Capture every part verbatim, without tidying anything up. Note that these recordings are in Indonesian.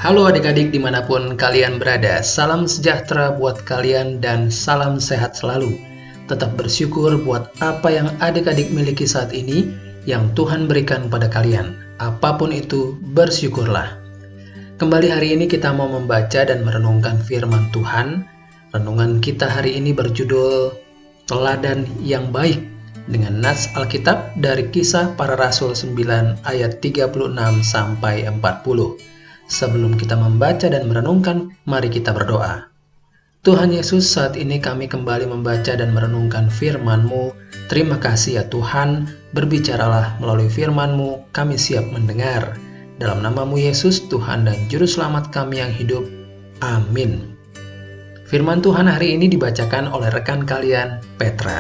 Halo adik-adik dimanapun kalian berada, salam sejahtera buat kalian dan salam sehat selalu. Tetap bersyukur buat apa yang adik-adik miliki saat ini yang Tuhan berikan pada kalian. Apapun itu, bersyukurlah. Kembali hari ini kita mau membaca dan merenungkan firman Tuhan. Renungan kita hari ini berjudul Teladan yang Baik dengan nats Alkitab dari Kisah Para Rasul sembilan ayat tiga puluh enam sampai empat puluh. Sebelum kita membaca dan merenungkan, mari kita berdoa. Tuhan Yesus, saat ini kami kembali membaca dan merenungkan firman-Mu. Terima kasih ya Tuhan, berbicaralah melalui firman-Mu, kami siap mendengar. Dalam nama-Mu Yesus, Tuhan dan Juru Selamat kami yang hidup. Amin. Firman Tuhan hari ini dibacakan oleh rekan kalian, Petra.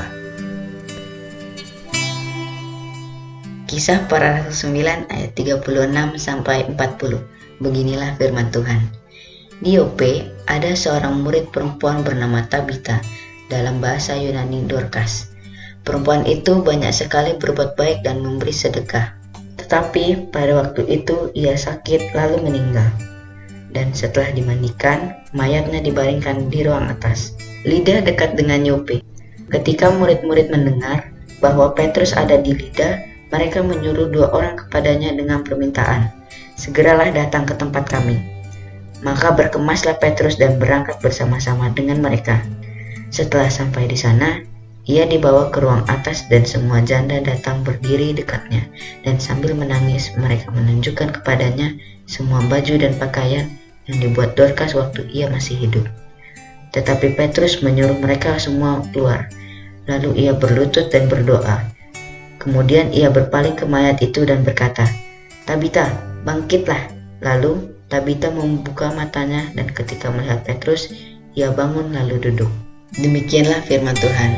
Kisah Para Rasul sembilan ayat tiga puluh enam sampai empat puluh. Beginilah firman Tuhan. Di Yope ada seorang murid perempuan bernama Tabita, dalam bahasa Yunani Dorcas. Perempuan itu banyak sekali berbuat baik dan memberi sedekah. Tetapi pada waktu itu ia sakit lalu meninggal. Dan setelah dimandikan, mayatnya dibaringkan di ruang atas. Lida dekat dengan Yope. Ketika murid-murid mendengar bahwa Petrus ada di Lida, mereka menyuruh dua orang kepadanya dengan permintaan, "Segeralah datang ke tempat kami." Maka berkemaslah Petrus dan berangkat bersama-sama dengan mereka. Setelah sampai di sana, ia dibawa ke ruang atas dan semua janda datang berdiri dekatnya. Dan sambil menangis, mereka menunjukkan kepadanya semua baju dan pakaian yang dibuat Dorcas waktu ia masih hidup. Tetapi Petrus menyuruh mereka semua keluar. Lalu ia berlutut dan berdoa. Kemudian ia berpaling ke mayat itu dan berkata, "Tabita, bangkitlah." Lalu Tabita membuka matanya dan ketika melihat Petrus, ia bangun lalu duduk. Demikianlah firman Tuhan.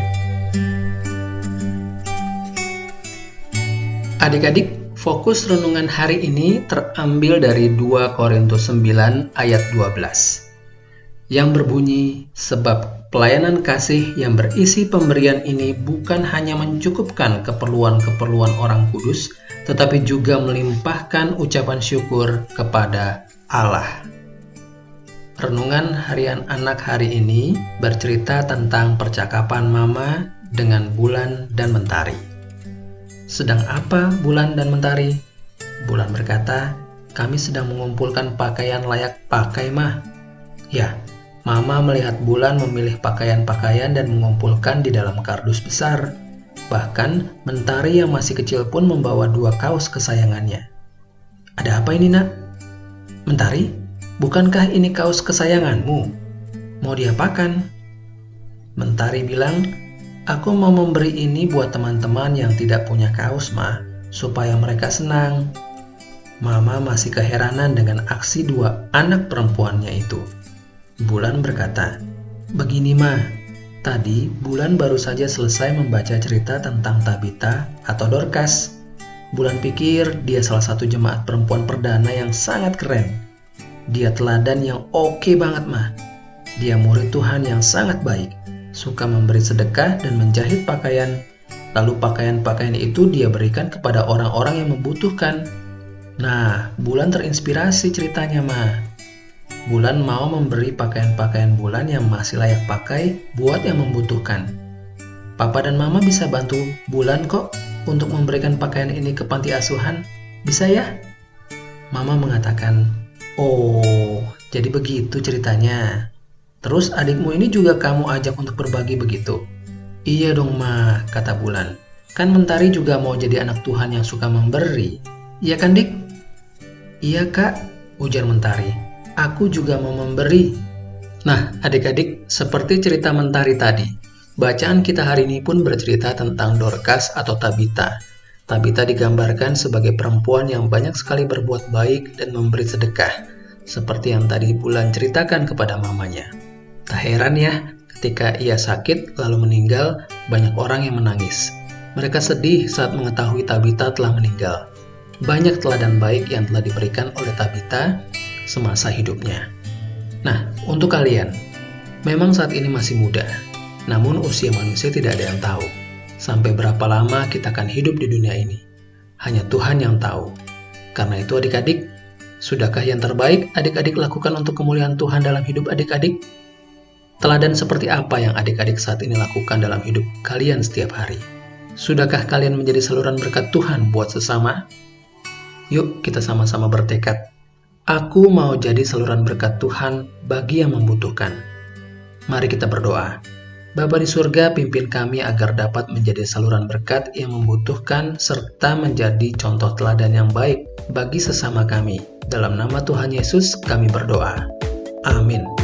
Adik-adik, fokus renungan hari ini terambil dari dua Korintus sembilan ayat dua belas yang berbunyi, "Sebab pelayanan kasih yang berisi pemberian ini bukan hanya mencukupkan keperluan-keperluan orang kudus, tetapi juga melimpahkan ucapan syukur kepada Allah." Renungan harian anak hari ini bercerita tentang percakapan Mama dengan Bulan dan Mentari. Sedang apa Bulan dan Mentari? Bulan berkata, "Kami sedang mengumpulkan pakaian layak pakai, Mah." Ya, Mama melihat Bulan memilih pakaian-pakaian dan mengumpulkan di dalam kardus besar. Bahkan Mentari yang masih kecil pun membawa dua kaos kesayangannya. "Ada apa ini, Nak?" "Mentari, bukankah ini kaos kesayanganmu? Mau diapakan?" Mentari bilang, "Aku mau memberi ini buat teman-teman yang tidak punya kaos, Ma, supaya mereka senang." Mama masih keheranan dengan aksi dua anak perempuannya itu. Bulan berkata, "Begini, Ma, tadi Bulan baru saja selesai membaca cerita tentang Tabita atau Dorcas. Bulan pikir dia salah satu jemaat perempuan perdana yang sangat keren. Dia teladan yang oke banget, Ma. Dia murid Tuhan yang sangat baik, suka memberi sedekah dan menjahit pakaian. Lalu pakaian-pakaian itu dia berikan kepada orang-orang yang membutuhkan." Nah, Bulan terinspirasi ceritanya, Ma. Bulan mau memberi pakaian-pakaian Bulan yang masih layak pakai buat yang membutuhkan. Papa dan Mama bisa bantu Bulan kok untuk memberikan pakaian ini ke panti asuhan. Bisa ya? Mama mengatakan, "Oh, jadi begitu ceritanya. Terus adikmu ini juga kamu ajak untuk berbagi begitu?" "Iya dong, Ma," kata Bulan. "Kan Mentari juga mau jadi anak Tuhan yang suka memberi. Iya kan, Dik?" "Iya, Kak," ujar Mentari. "Aku juga mau memberi." Nah, adik-adik, seperti cerita Mentari tadi, bacaan kita hari ini pun bercerita tentang Dorcas atau Tabita. Tabita digambarkan sebagai perempuan yang banyak sekali berbuat baik dan memberi sedekah, seperti yang tadi Bulan ceritakan kepada mamanya. Tak heran ya, ketika ia sakit lalu meninggal, banyak orang yang menangis. Mereka sedih saat mengetahui Tabita telah meninggal. Banyak teladan baik yang telah diberikan oleh Tabita semasa hidupnya. Nah, untuk kalian, memang saat ini masih muda, namun usia manusia tidak ada yang tahu. Sampai berapa lama kita akan hidup di dunia ini? Hanya Tuhan yang tahu. Karena itu adik-adik, Sudahkah yang terbaik adik-adik lakukan untuk kemuliaan Tuhan dalam hidup adik-adik? Teladan seperti apa yang adik-adik saat ini lakukan dalam hidup kalian setiap hari? Sudahkah kalian menjadi saluran berkat Tuhan buat sesama? Yuk kita sama-sama bertekad. Aku mau jadi saluran berkat Tuhan bagi yang membutuhkan. Mari kita berdoa. Bapa di surga, pimpin kami agar dapat menjadi saluran berkat yang membutuhkan serta menjadi contoh teladan yang baik bagi sesama kami. Dalam nama Tuhan Yesus kami berdoa. Amin.